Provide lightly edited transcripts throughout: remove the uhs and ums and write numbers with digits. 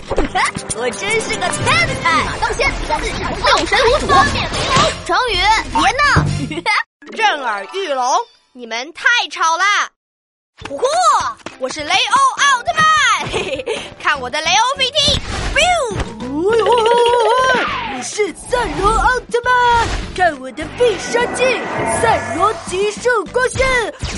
我真是个天才！ 马当先，六神无主。 成语别闹！震耳欲聋，你们太吵啦！嚯，我是雷欧奥特曼，嘿嘿，看我的雷欧飞踢我是赛罗奥特曼，看我的必杀技赛罗极速光线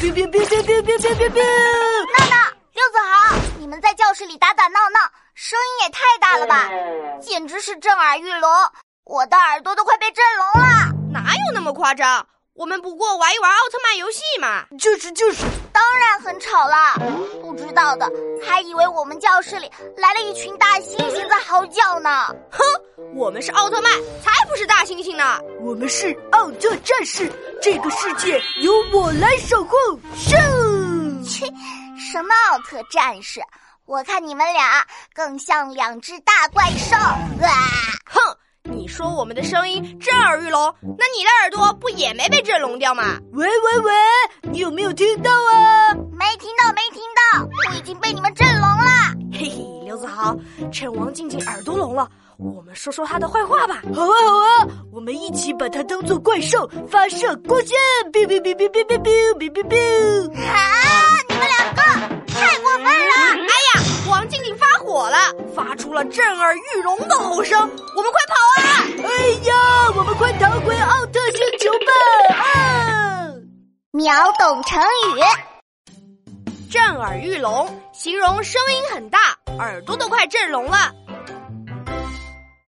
闹闹，柚子好，你们在教室里打打闹闹，声音也太大了吧，简直是震耳欲聋，我的耳朵都快被震聋了。 哪有那么夸张？我们不过玩一玩奥特曼游戏嘛。 就是当然很吵了，不知道的还以为我们教室里来了一群大猩猩在嚎叫呢。 哼，我们是奥特曼，才不是大猩猩呢。 我们是奥特战士，这个世界由我来守护。咻！ 切，什么奥特战士？我看你们俩更像两只大怪兽。 哼！你说我们的声音震耳欲聋，那你的耳朵不也没被震聋掉吗？ 喂，你有没有听到啊？ 没听到，我已经被你们震聋了。 嘿嘿，刘子豪，趁王静静耳朵聋了，我们说说她的坏话吧。 好啊，我们一起把它当作怪兽，发射光线。 啊！你们两个太过分了！ 哎呀，王静静发火了，发出了震耳欲聋的吼声，我们快跑啊！ 哎呀，我们快逃回奥特星球吧！ 秒懂成语。 震耳欲聋，形容声音很大，耳朵都快震聋了。